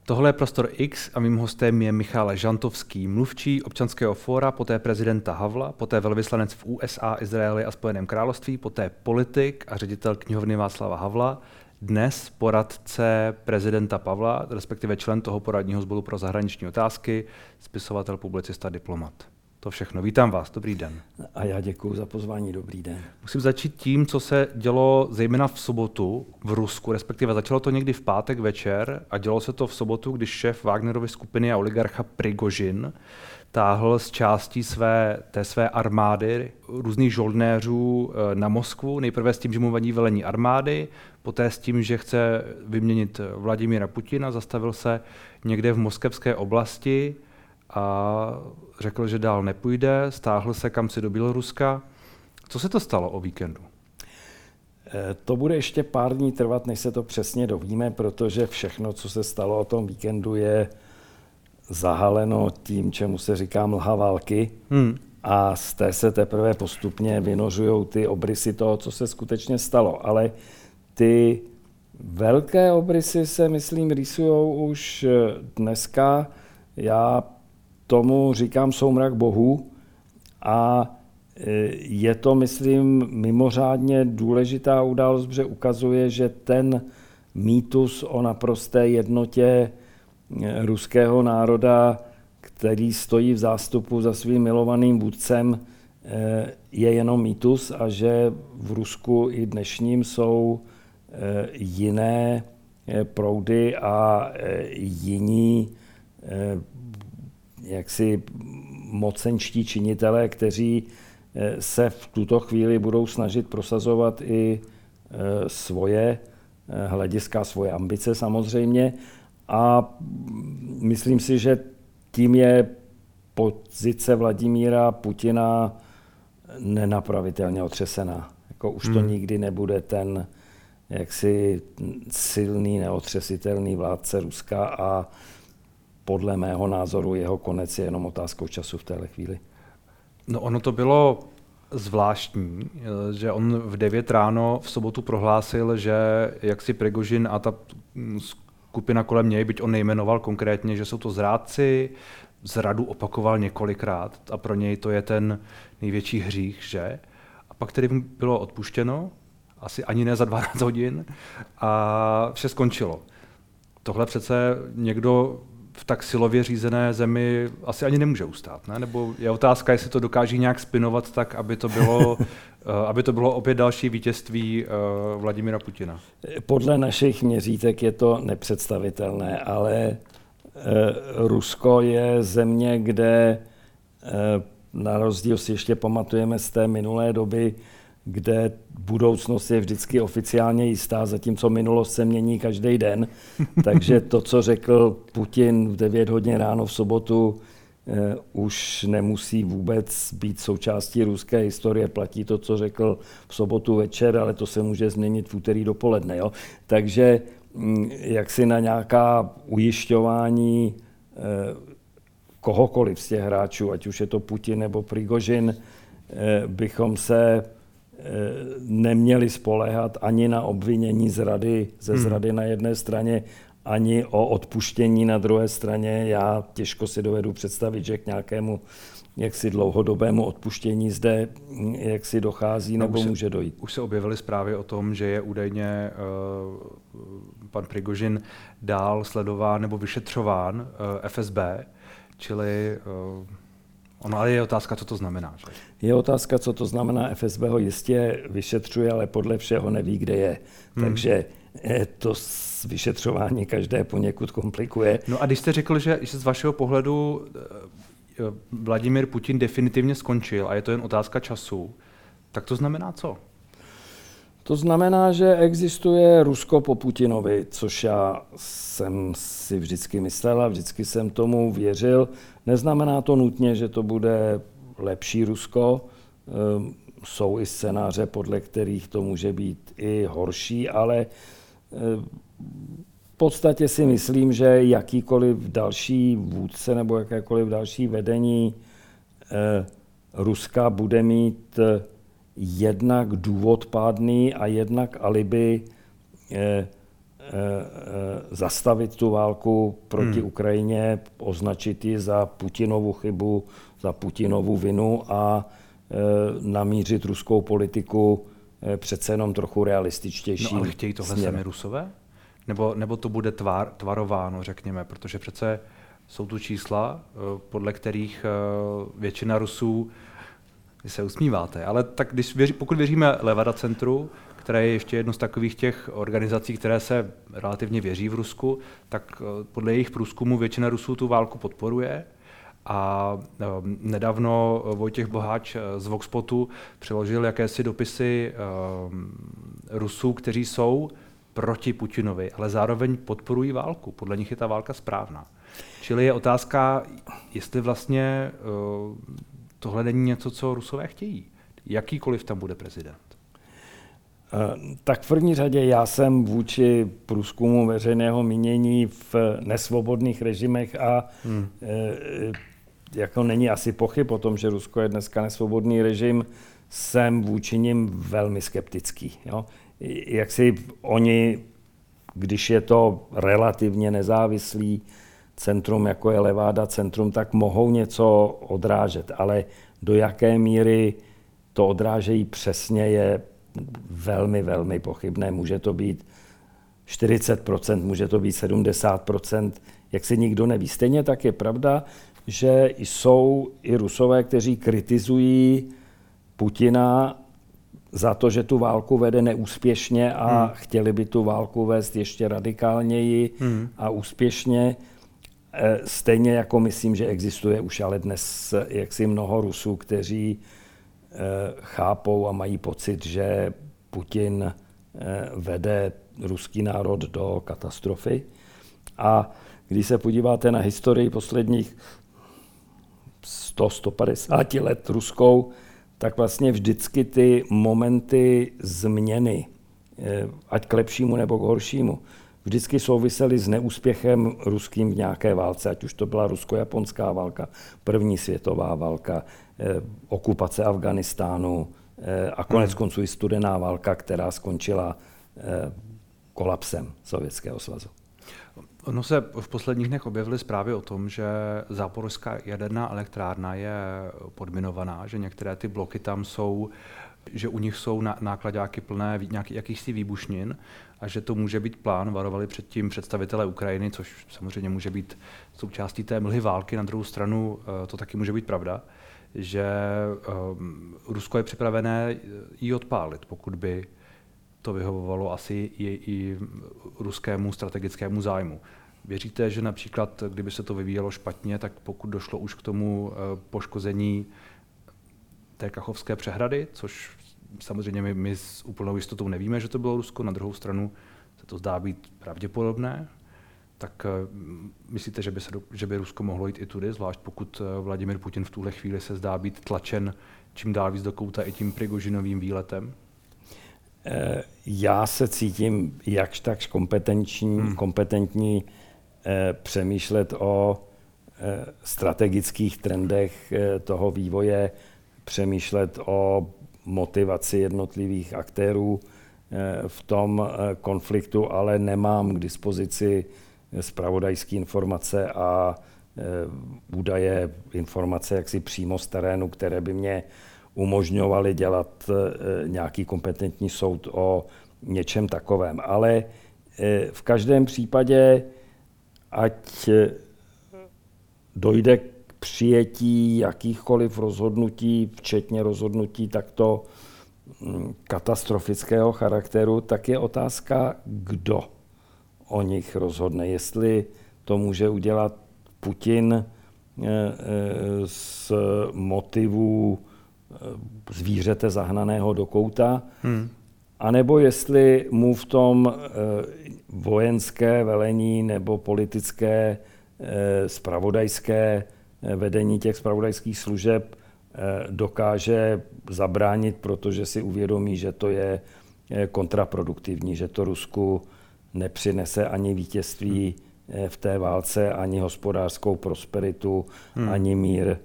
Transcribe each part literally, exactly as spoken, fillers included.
Tohle je Prostor X a mým hostem je Michal Žantovský, mluvčí Občanského fóra, poté prezidenta Havla, poté velvyslanec v U S A, Izraeli a Spojeném království, poté politik a ředitel knihovny Václava Havla, dnes poradce prezidenta Pavla, respektive člen toho poradního sboru pro zahraniční otázky, spisovatel, publicista, diplomat. To všechno. Vítám vás, dobrý den. A já děkuji za pozvání, dobrý den. Musím začít tím, co se dělo zejména v sobotu v Rusku, respektive začalo to někdy v pátek večer a dělo se to v sobotu, když šéf Wagnerovy skupiny a oligarcha Prigožin táhl z částí své, té své armády různých žoldnéřů na Moskvu, nejprve s tím, že mu vadí velení armády, poté s tím, že chce vyměnit Vladimíra Putina, zastavil se někde v moskevské oblasti a řekl, že dál nepůjde, stáhl se kamsi do Běloruska. Co se to stalo o víkendu? To bude ještě pár dní trvat, než se to přesně dovíme, protože všechno, co se stalo o tom víkendu, je zahaleno tím, čemu se říká mlha války. Hmm. A z té se teprve postupně vynořují ty obrysy toho, co se skutečně stalo. Ale ty velké obrysy se, myslím, rýsujou už dneska. Já tomu říkám soumrak bohů a je to, myslím, mimořádně důležitá událost, protože ukazuje, že ten mýtus o naprosté jednotě ruského národa, který stojí v zástupu za svým milovaným vůdcem, je jenom mýtus a že v Rusku i dnešním jsou jiné proudy a jiní jaksi mocenští činitelé, kteří se v tuto chvíli budou snažit prosazovat i svoje hlediska, svoje ambice samozřejmě. A myslím si, že tím je pozice Vladimíra Putina nenapravitelně otřesená. Jako už to hmm. nikdy nebude ten jaksi silný, neotřesitelný vládce Ruska a podle mého názoru jeho konec je jenom otázkou času v téhle chvíli. No ono to bylo zvláštní, že on v devět ráno v sobotu prohlásil, že jaksi Prigožin a ta skupina kolem něj, byť on nejmenoval konkrétně, že jsou to zrádci, zradu opakoval několikrát a pro něj to je ten největší hřích, že? A pak tedy bylo odpuštěno, asi ani ne za dvanáct hodin a vše skončilo. Tohle přece někdo v tak silově řízené zemi asi ani nemůže ustát, ne? Nebo je otázka, jestli to dokáží nějak spinovat tak, aby to bylo, aby to bylo opět další vítězství Vladimíra Putina. Podle našich měřítek je to nepředstavitelné, ale Rusko je země, kde na rozdíl si ještě pamatujeme z té minulé doby, kde budoucnost je vždycky oficiálně jistá, zatímco minulost se mění každý den. Takže to, co řekl Putin v devět hodin ráno v sobotu, eh, už nemusí vůbec být součástí ruské historie. Platí to, co řekl v sobotu večer, ale to se může změnit v úterý dopoledne. Jo? Takže hm, jaksi na nějaká ujišťování eh, kohokoliv z těch hráčů, ať už je to Putin nebo Prigožin, eh, bychom se neměli spoléhat ani na obvinění zrady, ze zrady na jedné straně, ani o odpuštění na druhé straně. Já těžko si dovedu představit, že k nějakému jaksi dlouhodobému odpuštění zde jaksi dochází nebo no, může dojít. Už se objevily zprávy o tom, že je údajně uh, pan Prigožin dál sledován nebo vyšetřován uh, F S B, čili uh, ono ale je otázka, co to znamená. Že? Je otázka, co to znamená. F S B ho jistě vyšetřuje, ale podle všeho neví, kde je. Hmm. Takže to vyšetřování každé poněkud komplikuje. No a když jste řekl, že z vašeho pohledu Vladimír Putin definitivně skončil a je to jen otázka času, tak to znamená co? To znamená, že existuje Rusko po Putinovi, což já jsem si vždycky myslel a vždycky jsem tomu věřil. Neznamená to nutně, že to bude lepší Rusko. Jsou i scénáře, podle kterých to může být i horší, ale v podstatě si myslím, že jakýkoliv další vůdce nebo jakékoliv další vedení Ruska bude mít jednak důvod pádný a jednak alibi zastavit tu válku proti hmm. Ukrajině, označit ji za Putinovu chybu, za Putinovu vinu a namířit ruskou politiku přece jenom trochu realističtější. No ale chtějí tohle směrem. sami Rusové? Nebo, nebo to bude tvar, tvarováno, řekněme, protože přece jsou tu čísla, podle kterých většina Rusů, vy se usmíváte, ale tak když věří, pokud věříme Levada Centru, které je ještě jedno z takových těch organizací, které se relativně věří v Rusku, tak podle jejich průzkumu většina Rusů tu válku podporuje. A um, nedávno Vojtěch Boháč z Voxpotu přiložil jakési dopisy um, Rusů, kteří jsou proti Putinovi, ale zároveň podporují válku. Podle nich je ta válka správná. Čili je otázka, jestli vlastně uh, tohle není něco, co Rusové chtějí. Jakýkoliv tam bude prezident. Tak v první řadě já jsem vůči průzkumu veřejného mínění v nesvobodných režimech a hmm. e, jako není asi pochyb o tom, že Rusko je dneska nesvobodný režim, jsem vůči nim velmi skeptický. Jo? Jak si oni, když je to relativně nezávislý centrum, jako je Levada Centrum, tak mohou něco odrážet, ale do jaké míry to odrážejí přesně je velmi, velmi pochybné. Může to být čtyřicet procent, může to být sedmdesát procent, jak si nikdo neví. Stejně tak je pravda, že jsou i Rusové, kteří kritizují Putina za to, že tu válku vede neúspěšně a hmm. chtěli by tu válku vést ještě radikálněji hmm. a úspěšně. Stejně jako myslím, že existuje už ale dnes jaksi mnoho Rusů, kteří chápou a mají pocit, že Putin vede ruský národ do katastrofy. A když se podíváte na historii posledních sto až sto padesát let ruskou, tak vlastně vždycky ty momenty změny, ať k lepšímu nebo k horšímu, vždycky souvisely s neúspěchem ruským v nějaké válce, ať už to byla rusko-japonská válka, první světová válka, eh, okupace Afghánistánu eh, a konec hmm. konců i studená válka, která skončila eh, kolapsem Sovětského svazu. Ono se v posledních dnech objevily zprávy o tom, že záporožská jaderná elektrárna je podminovaná, že některé ty bloky tam jsou, že u nich jsou nákladáky plné nějaký, jakýchsi výbušnin a že to může být plán, varovali předtím představitelé Ukrajiny, což samozřejmě může být součástí té mlhy války. Na druhou stranu to taky může být pravda, že Rusko je připravené ji odpálit, pokud by to vyhovovalo asi i, i ruskému strategickému zájmu. Věříte, že například, kdyby se to vyvíjelo špatně, tak pokud došlo už k tomu poškození té Kachovské přehrady, což samozřejmě my, my s úplnou jistotou nevíme, že to bylo Rusko, na druhou stranu se to zdá být pravděpodobné, tak myslíte, že by, se do, že by Rusko mohlo jít i tudy, zvlášť pokud Vladimir Putin v tuhle chvíli se zdá být tlačen čím dál víc do kouta i tím Prigožinovým výletem? Já se cítím jakž takž kompetentní, hmm. kompetentní eh, přemýšlet o eh, strategických trendech eh, toho vývoje, přemýšlet o motivaci jednotlivých aktérů eh, v tom eh, konfliktu, ale nemám k dispozici zpravodajské informace a eh, údaje, informace jaksi přímo z terénu, které by mě umožňovali dělat e, nějaký kompetentní soud o něčem takovém. Ale e, v každém případě, ať dojde k přijetí jakýchkoliv rozhodnutí, včetně rozhodnutí takto m, katastrofického charakteru, tak je otázka, kdo o nich rozhodne. Jestli to může udělat Putin e, e, z motivů zvířete zahnaného do kouta, hmm. anebo jestli mu v tom vojenské velení nebo politické zpravodajské vedení těch zpravodajských služeb dokáže zabránit, protože si uvědomí, že to je kontraproduktivní, že to Rusku nepřinese ani vítězství v té válce, ani hospodářskou prosperitu, hmm. ani mír,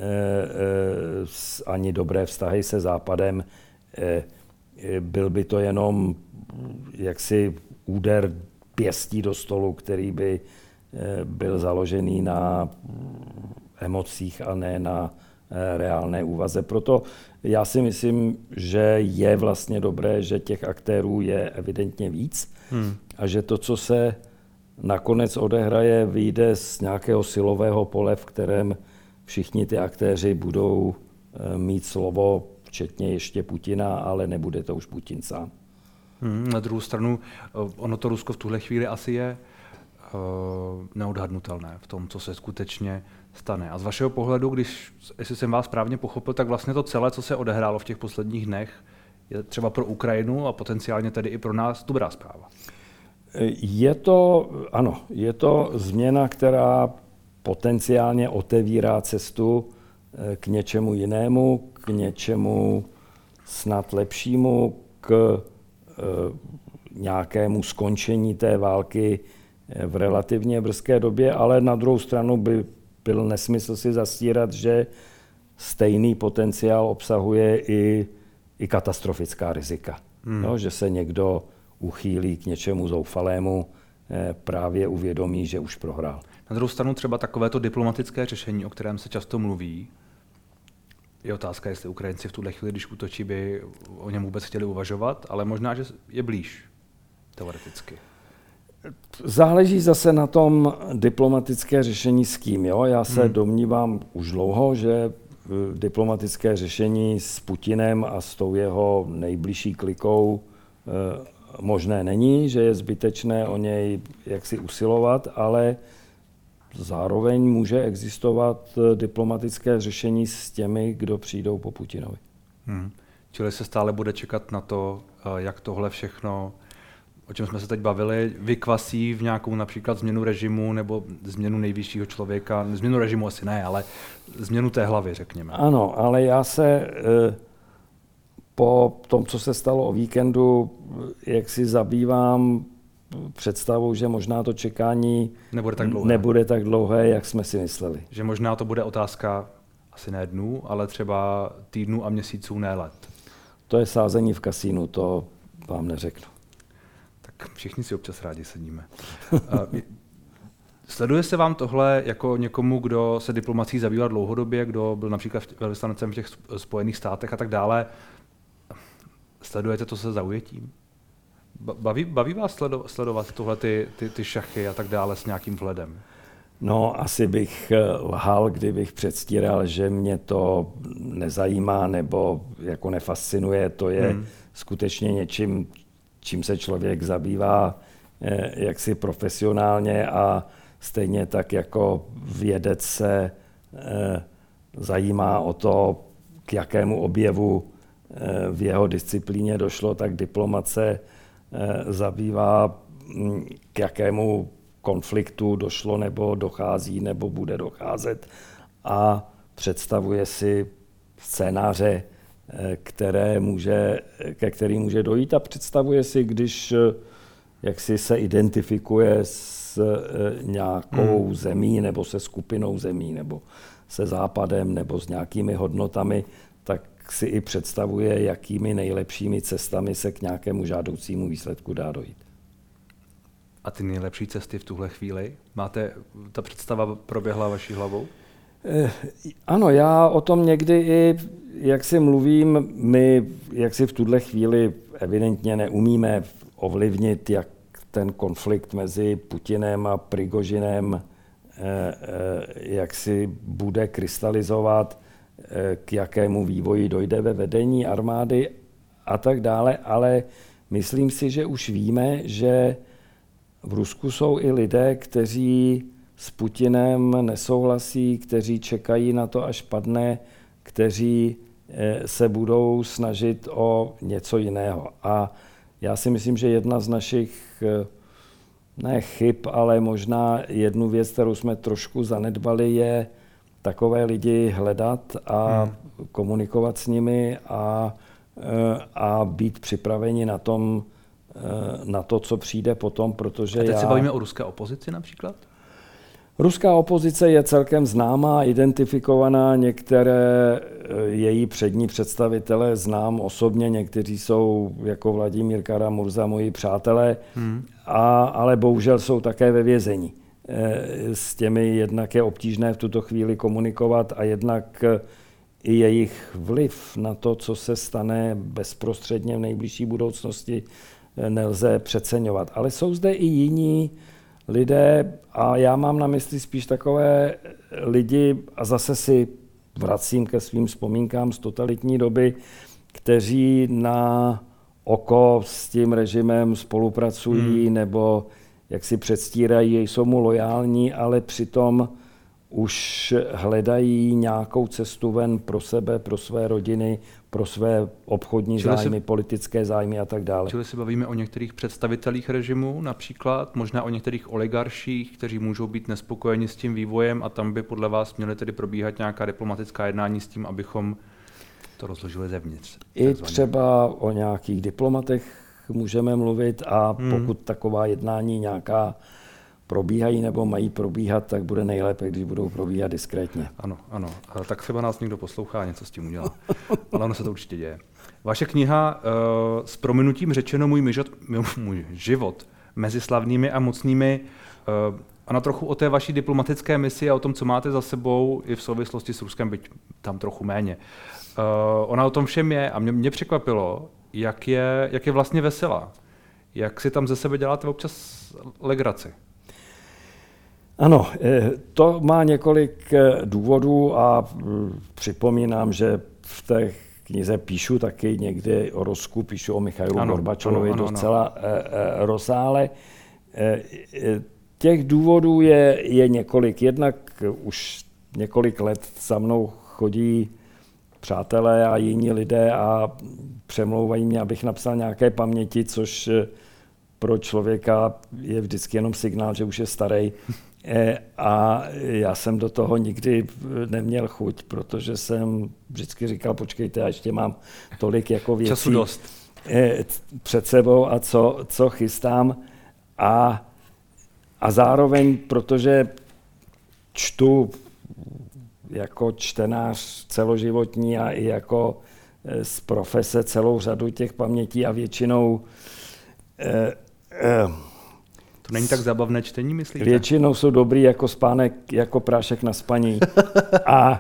ani dobré vztahy se Západem. Byl by to jenom jaksi úder pěstí do stolu, který by byl založený na emocích a ne na reálné úvaze. Proto já si myslím, že je vlastně dobré, že těch aktérů je evidentně víc hmm. a že to, co se nakonec odehraje, vyjde z nějakého silového pole, v kterém všichni ty aktéři budou mít slovo, včetně ještě Putina, ale nebude to už Putin sám. Hmm, na druhou stranu, ono to Rusko v tuhle chvíli asi je uh, neodhadnutelné v tom, co se skutečně stane. A z vašeho pohledu, když, jestli jsem vás správně pochopil, tak vlastně to celé, co se odehrálo v těch posledních dnech, je třeba pro Ukrajinu a potenciálně tedy i pro nás dobrá zpráva. Je to, ano, je to změna, která potenciálně otevírá cestu k něčemu jinému, k něčemu snad lepšímu, k nějakému skončení té války v relativně brzké době, ale na druhou stranu by byl nesmysl si zastírat, že stejný potenciál obsahuje i, i katastrofická rizika. Hmm. No, že se někdo uchýlí k něčemu zoufalému, právě uvědomí, že už prohrál. Na druhou stranu třeba takovéto diplomatické řešení, o kterém se často mluví, je otázka, jestli Ukrajinci v tuhle chvíli, když útočí, by o něm vůbec chtěli uvažovat, ale možná, že je blíž teoreticky. Záleží zase na tom diplomatické řešení s kým. Jo? Já se hmm. domnívám už dlouho, že diplomatické řešení s Putinem a s tou jeho nejbližší klikou možné není, že je zbytečné o něj jaksi usilovat, ale zároveň může existovat diplomatické řešení s těmi, kdo přijdou po Putinovi. Hmm. Čili se stále bude čekat na to, jak tohle všechno, o čem jsme se teď bavili, vykvasí v nějakou například změnu režimu nebo změnu nejvyššího člověka. Změnu režimu asi ne, ale změnu té hlavy, řekněme. Ano, ale já se po tom, co se stalo o víkendu, jak si zabývám představou, že možná to čekání nebude tak dlouhé, nebude tak dlouhé, jak jsme si mysleli. Že možná to bude otázka asi ne dnů, ale třeba týdnů a měsíců, ne let. To je sázení v kasínu, to vám neřeknu. Tak všichni si občas rádi sedíme. Sleduje se vám tohle jako někomu, kdo se diplomací zabývá dlouhodobě, kdo byl například velvyslancem v těch Spojených státech a tak dále? Sledujete to se zaujetím? Baví, baví vás sledo, sledovat tohle ty, ty, ty šachy a tak dále s nějakým vhledem? No, asi bych lhal, kdybych předstíral, že mě to nezajímá nebo jako nefascinuje. To je hmm. skutečně něčím, čím se člověk zabývá eh, jaksi profesionálně a stejně tak jako vědec se eh, zajímá o to, k jakému objevu eh, v jeho disciplíně došlo, tak diplomace eh, zabývá hm, k jakému konfliktu došlo nebo dochází nebo bude docházet a představuje si scénáře, které může, ke kterým může dojít a představuje si, když jaksi se identifikuje s nějakou hmm. zemí nebo se skupinou zemí nebo se Západem nebo s nějakými hodnotami, tak si i představuje, jakými nejlepšími cestami se k nějakému žádoucímu výsledku dá dojít. A ty nejlepší cesty v tuhle chvíli? Máte, ta představa proběhla vaší hlavou? Eh, ano, já o tom někdy i, jak si mluvím, my, jak si v tuhle chvíli evidentně neumíme ovlivnit, jak ten konflikt mezi Putinem a Prigožinem, eh, eh, jak si bude krystalizovat, eh, k jakému vývoji dojde ve vedení armády a tak dále, ale myslím si, že už víme, že v Rusku jsou i lidé, kteří s Putinem nesouhlasí, kteří čekají na to, až padne, kteří se budou snažit o něco jiného. A já si myslím, že jedna z našich, ne chyb, ale možná jednu věc, kterou jsme trošku zanedbali, je takové lidi hledat a hmm. komunikovat s nimi a, a být připraveni na tom, na to, co přijde potom, protože a teď já... se bavíme o ruské opozici například? Ruská opozice je celkem známá, identifikovaná, některé její přední představitelé znám osobně, někteří jsou jako Vladimír Kara-Murza moji přátelé, hmm. a, ale bohužel jsou také ve vězení. S těmi jednak je obtížné v tuto chvíli komunikovat a jednak i jejich vliv na to, co se stane bezprostředně v nejbližší budoucnosti, nelze přeceňovat. Ale jsou zde i jiní lidé a já mám na mysli spíš takové lidi a zase si vracím ke svým vzpomínkám z totalitní doby, kteří na oko s tím režimem spolupracují hmm. nebo jak si předstírají, jsou mu lojální, ale přitom už hledají nějakou cestu ven pro sebe, pro své rodiny, pro své obchodní čili zájmy, si, politické zájmy a tak dále. Čili se bavíme o některých představitelích režimu například, možná o některých oligarších, kteří můžou být nespokojeni s tím vývojem a tam by podle vás měly tedy probíhat nějaká diplomatická jednání s tím, abychom to rozložili zevnitř. I třeba o nějakých diplomatech můžeme mluvit a hmm. pokud taková jednání nějaká probíhají nebo mají probíhat, tak bude nejlépe, když budou probíhat diskrétně. Ano, ano. Tak třeba nás někdo poslouchá a něco s tím udělá. Ale ono se to určitě děje. Vaše kniha uh, s prominutím řečeno můj, myžot, můj život mezi slavnými a mocnými, uh, ona trochu o té vaší diplomatické misi a o tom, co máte za sebou i v souvislosti s Ruskem, byť tam trochu méně. Uh, ona o tom všem je a mě, mě překvapilo, jak je, jak je vlastně veselá. Jak si tam ze sebe děláte občas legraci. Ano, to má několik důvodů a připomínám, že v té knize píšu taky někdy o Rusku, píšu o Michailu ano, Gorbačovovi ano, ano, docela ano. rozsáhle. Těch důvodů je, je několik. Jednak už několik let za mnou chodí přátelé a jiní lidé a přemlouvají mě, abych napsal nějaké paměti, což pro člověka je vždycky jenom signál, že už je starý. A já jsem do toho nikdy neměl chuť, protože jsem vždycky říkal, počkejte, já ještě mám tolik jako věcí času dost před sebou a co, co chystám. A, a zároveň, protože čtu jako čtenář celoživotní a i jako z profese celou řadu těch pamětí a většinou eh, eh, to není tak zábavné čtení, myslíte? Většinou jsou dobrý jako spánek, jako prášek na spaní. A,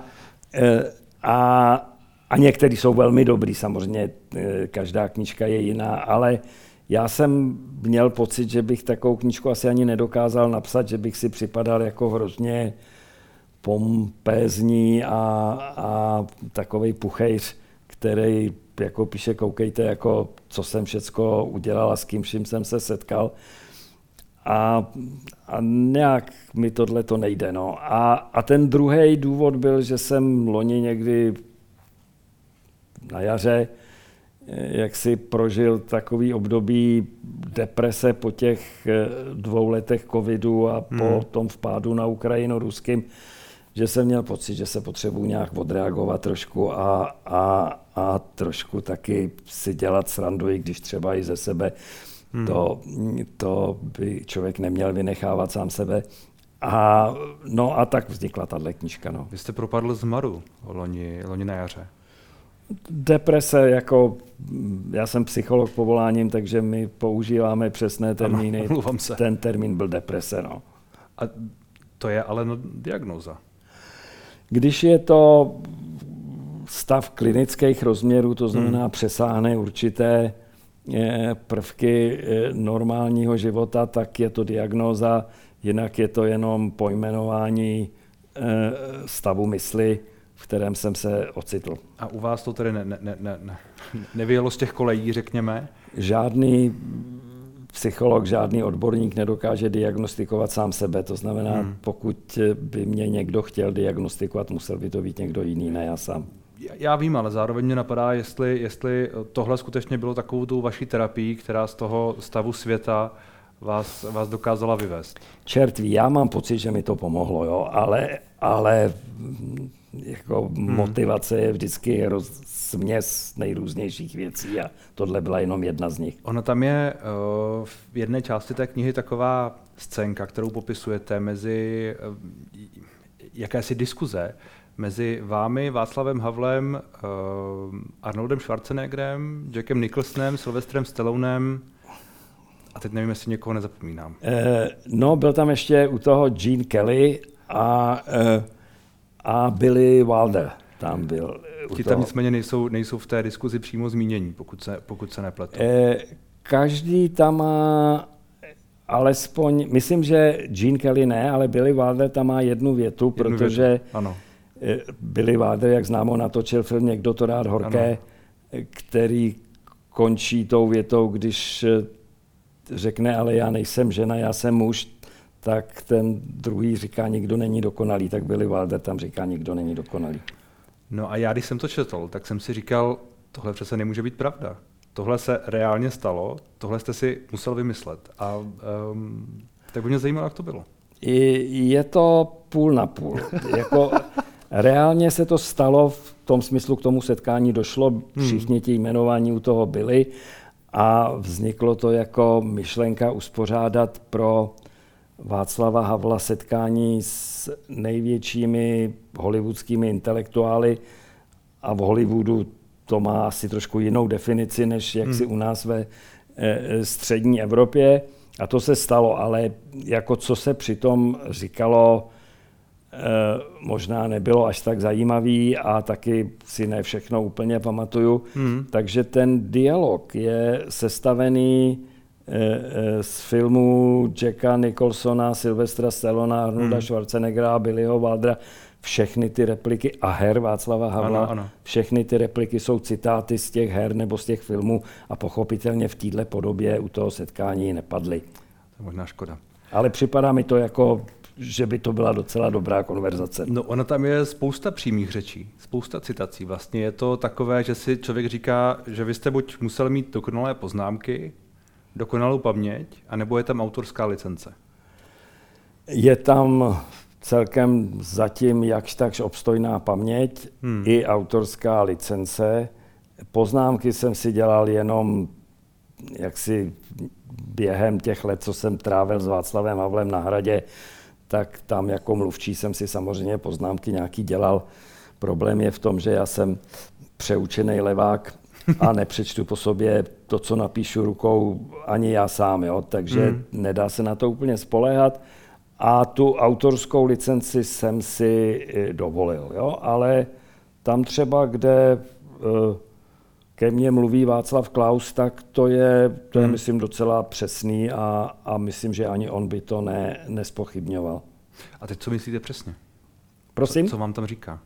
a, a některý jsou velmi dobrý, samozřejmě každá knížka je jiná, ale já jsem měl pocit, že bych takovou knížku asi ani nedokázal napsat, že bych si připadal jako hrozně pompézní a, a takovej puchejř, který jako píše, koukejte, jako, co jsem všecko udělal a s kým vším jsem se setkal. A, a nějak mi tohle to nejde. No. A, a ten druhý důvod byl, že jsem loni někdy na jaře jak si prožil takový období deprese po těch dvou letech covidu a po hmm. tom vpádu na Ukrajinu ruským, že jsem měl pocit, že se potřebuji nějak odreagovat trošku a, a, a trošku taky si dělat srandu, i když třeba i ze sebe. Hmm. To, to by člověk neměl vynechávat sám sebe. A, no a tak vznikla tahle knížka. No. Vy jste propadl z maru loni, loni na jaře. Deprese, jako já jsem psycholog povoláním, takže my používáme přesné termíny. Ano, ten termín byl deprese. No. A to je ale no, diagnóza. Když je to stav klinických rozměrů, to znamená hmm. přesáhne určité prvky normálního života, tak je to diagnóza, jinak je to jenom pojmenování stavu mysli, v kterém jsem se ocitl. A u vás to tedy ne, ne, ne, ne, nevyjelo z těch kolejí, řekněme? Žádný psycholog, žádný odborník nedokáže diagnostikovat sám sebe. To znamená, hmm. pokud by mě někdo chtěl diagnostikovat, musel by to být někdo jiný, ne já sám. Já vím, ale zároveň mě napadá, jestli, jestli tohle skutečně bylo takovou tou vaší terapii, která z toho stavu světa vás, vás dokázala vyvést? Čert ví, já mám pocit, že mi to pomohlo, jo, ale, ale jako hmm. motivace je vždycky roz, směs nejrůznějších věcí a tohle byla jenom jedna z nich. Ono tam je uh, v jedné části té knihy taková scénka, kterou popisujete mezi uh, jakési diskuze mezi vámi, Václavem Havlem, uh, Arnoldem Schwarzeneggerem, Jackem Nicholsonem, Sylvestrem Stallonem a teď nevím, jestli někoho nezapomínám. Eh, no, byl tam ještě u toho Gene Kelly a, eh, a Billy Wilder tam byl. Ti tam nicméně nejsou, nejsou v té diskuzi přímo zmínění, pokud se, pokud se nepletu. Eh, každý tam má alespoň, myslím, že Gene Kelly ne, ale Billy Wilder tam má jednu větu, jednu protože větu. Ano. Billy Wilder, jak známo, natočil film Někdo to rád horké, ano. který končí tou větou, když řekne, ale já nejsem žena, já jsem muž, tak ten druhý říká, nikdo není dokonalý, tak Billy Wilder tam říká, nikdo není dokonalý. No a já, když jsem to četl, tak jsem si říkal, tohle přece nemůže být pravda. Tohle se reálně stalo, tohle jste si musel vymyslet. A um, tak by mě zajímalo, jak to bylo. Je to půl na půl. Jako, reálně se to stalo, v tom smyslu k tomu setkání došlo, všichni ti jmenování u toho byli a vzniklo to jako myšlenka uspořádat pro Václava Havla setkání s největšími hollywoodskými intelektuály a v Hollywoodu to má asi trošku jinou definici, než jak si u nás ve e, střední Evropě. A to se stalo, ale jako co se přitom říkalo, e, možná nebylo až tak zajímavý a taky si ne všechno úplně pamatuju. Hmm. Takže ten dialog je sestavený e, e, z filmů Jacka Nicholsona, Sylvestra Stallona, Arnolda hmm. Schwarzeneggera, Billyho Wildera. Všechny ty repliky a her Václava Havla, ano, ano. všechny ty repliky jsou citáty z těch her nebo z těch filmů a pochopitelně v této podobě u toho setkání nepadly. To je možná škoda. Ale připadá mi to jako, že by to byla docela dobrá konverzace. No ona tam je spousta přímých řečí, spousta citací. Vlastně je to takové, že si člověk říká, že vy jste buď musel mít dokonalé poznámky, dokonalou paměť, anebo je tam autorská licence. Je tam celkem zatím jakž takž obstojná paměť hmm. i autorská licence. Poznámky jsem si dělal jenom jaksi během těch let, co jsem trávil s Václavem Havlem na Hradě, tak tam jako mluvčí jsem si samozřejmě poznámky nějaký dělal. Problém je v tom, že já jsem přeučený levák a nepřečtu po sobě to, co napíšu rukou, ani já sám, jo? Takže hmm. nedá se na to úplně spoléhat. A tu autorskou licenci jsem si dovolil, jo? Ale tam třeba, kde ke mně mluví Václav Klaus, tak to je, to je hmm. myslím, docela přesný a, a myslím, že ani on by to ne, nespochybňoval. A teď co myslíte přesně? Prosím? Co, co vám tam říká?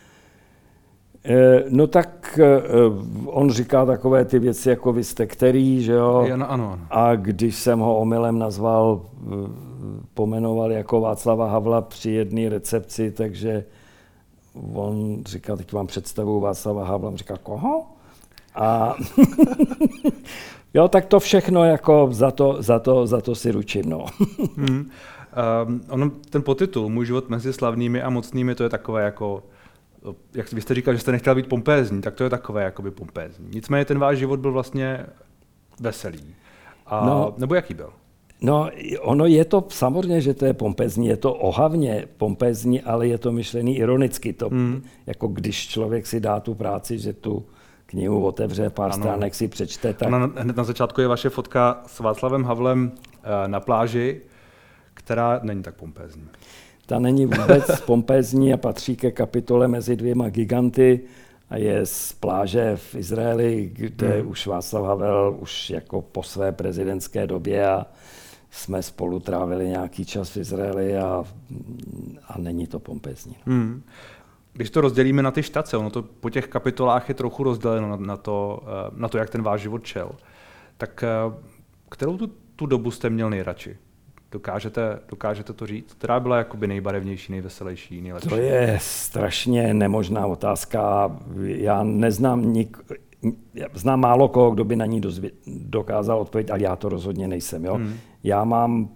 No tak on říká takové ty věci, jako vy jste který, že jo? Ano, ano, ano. A když jsem ho omylem nazval, pomenoval jako Václava Havla při jedné recepci, takže on říkal, teď vám představuju Václava Havla, on říkal, koho? A jo, tak to všechno jako za to, za to, za to si ručím, no. hmm. um, ono, ten podtitul Můj život mezi slavnými a mocnými, to je takové jako, jak vy jste říkal, že jste nechtěl být pompézní, tak to je takové jakoby pompézní. Nicméně ten váš život byl vlastně veselý. A, no, nebo jaký byl? No, ono je to samozřejmě, že to je pompézní, je to ohavně pompézní, ale je to myšlený ironicky. To, hmm. Jako když člověk si dá tu práci, že tu knihu otevře, pár ano. stránek si přečte. Tak... Ano, hned na začátku je vaše fotka s Václavem Havlem na pláži, která není tak pompézní. Ta není vůbec pompézní a patří ke kapitole Mezi dvěma giganty a je z pláže v Izraeli, kde hmm. už Václav Havel už jako po své prezidentské době a jsme spolu trávili nějaký čas v Izraeli a, a není to pompézní. Hmm. Když to rozdělíme na ty štace, ono to po těch kapitolách je trochu rozděleno na, na, to, na to, jak ten váš život šel, tak kterou tu, tu dobu jste měl nejradši? Dokážete, dokážete to říct? Která byla jakoby nejbarevnější, nejveselější, nejlepší? To je strašně nemožná otázka. Já neznám nik, znám málo koho, kdo by na ní dozvě, dokázal odpovědět, ale já to rozhodně nejsem. Jo? Hmm. Já mám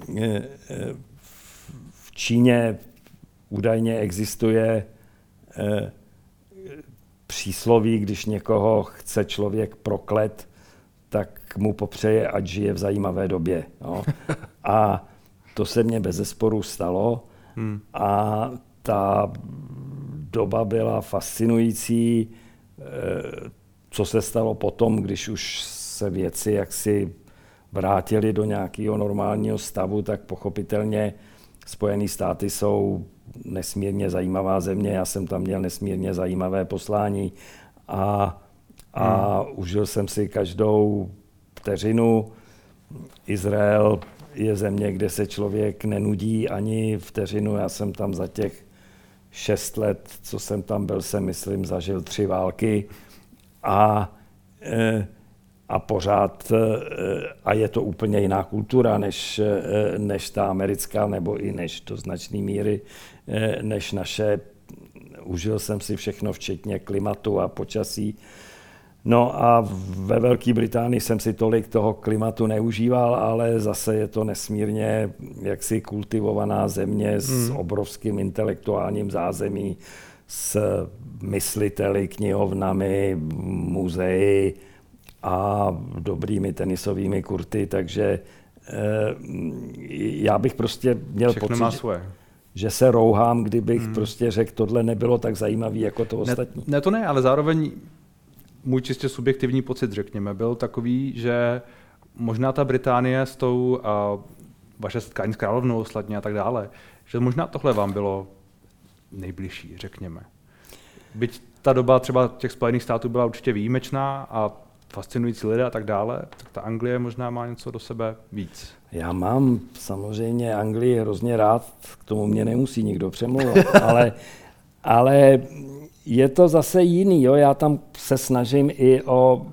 v Číně údajně existuje přísloví, když někoho chce člověk proklet, tak mu popřeje, ať žije v zajímavé době. No. A to se mně bezesporu stalo. Hmm. A ta doba byla fascinující. Co se stalo potom, když už se věci jaksi vrátily do nějakého normálního stavu, tak pochopitelně Spojené státy jsou nesmírně zajímavá země. Já jsem tam měl nesmírně zajímavé poslání a, a hmm. užil jsem si každou vteřinu. Izrael je země, kde se člověk nenudí ani vteřinu. Já jsem tam za těch šest let, co jsem tam byl, jsem, myslím, zažil tři války a, a pořád, a je to úplně jiná kultura, než, než ta americká, nebo i než do značné míry, než naše. Užil jsem si všechno, včetně klimatu a počasí. No a ve Velké Británii jsem si tolik toho klimatu neužíval, ale zase je to nesmírně jaksi kultivovaná země s hmm. obrovským intelektuálním zázemí, s mysliteli, knihovnami, muzeji a dobrými tenisovými kurty, takže eh, já bych prostě měl Všechno pocit, má svoje. že se rouhám, kdybych hmm. prostě řekl, tohle nebylo tak zajímavé jako to ostatní. Ne, ne, to ne, ale zároveň můj čistě subjektivní pocit, řekněme, byl takový, že možná ta Británie s tou a vaše setkání s královnou sladně a tak dále, že možná tohle vám bylo nejbližší, řekněme. Byť ta doba třeba těch Spojených států byla určitě výjimečná a fascinující lidé a tak dále, tak ta Anglie možná má něco do sebe víc. Já mám samozřejmě Anglii hrozně rád, k tomu mě nemusí nikdo přemlouvat, ale, ale je to zase jiný. Jo? Já tam se snažím i o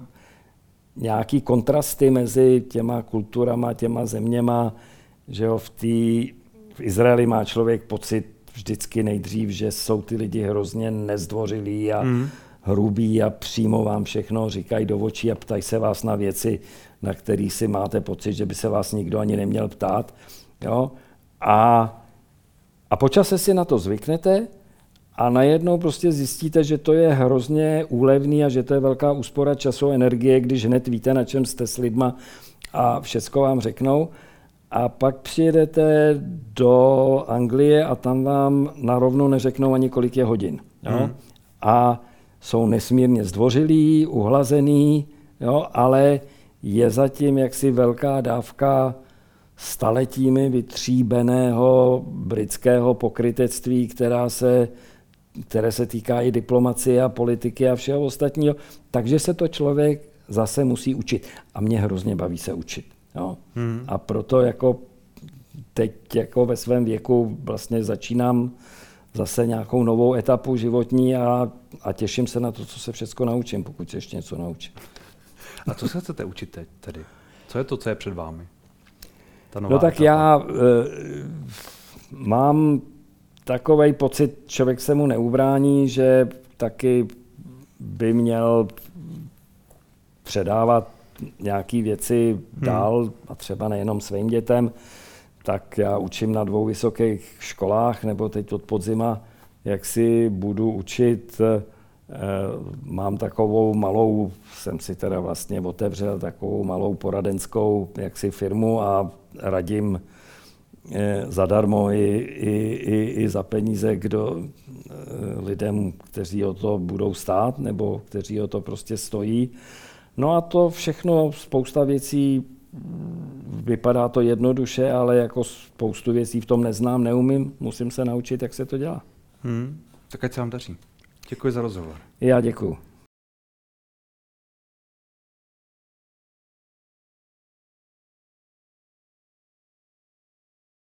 nějaký kontrasty mezi těma kulturama, těma zeměma, že jo, v, tý, v Izraeli má člověk pocit vždycky nejdřív, že jsou ty lidi hrozně nezdvořilí a mm. hrubí a přímo vám všechno říkají do očí a ptají se vás na věci, na které si máte pocit, že by se vás nikdo ani neměl ptát. Jo? A, a po čase si na to zvyknete a najednou prostě zjistíte, že to je hrozně úlevný a že to je velká úspora času a energie, když hned víte, na čem jste s lidma a všecko vám řeknou. A pak přijedete do Anglie a tam vám narovno neřeknou ani kolik je hodin. Jo? Hmm. A jsou nesmírně zdvořilí, uhlazený, jo? Ale je zatím jaksi velká dávka staletími vytříbeného britského pokrytectví, která se, které se týká i diplomacie a politiky a všeho ostatního. Takže se to člověk zase musí učit. A mě hrozně baví se učit. Jo. Hmm. A proto jako teď jako ve svém věku vlastně začínám zase nějakou novou etapu životní a, a těším se na to, co se všechno naučím, pokud se ještě něco naučím. A co se chcete učit teď tedy? Co je to, co je před vámi? Ta nová no tak etapa. Já e, mám takovej pocit, člověk se mu neubrání, že taky by měl předávat nějaké věci dál hmm. a třeba nejenom svým dětem, tak já učím na dvou vysokých školách, nebo teď od podzima, jak si budu učit. Mám takovou malou, jsem si teda vlastně otevřel takovou malou poradenskou jaksi firmu a radím zadarmo i, i, i, i za peníze, kdo lidem, kteří o to budou stát, nebo kteří o to prostě stojí. No a to všechno, spousta věcí, vypadá to jednoduše, ale jako spoustu věcí v tom neznám, neumím, musím se naučit, jak se to dělá. Hmm, tak ať se vám daří. Děkuji za rozhovor. Já děkuji.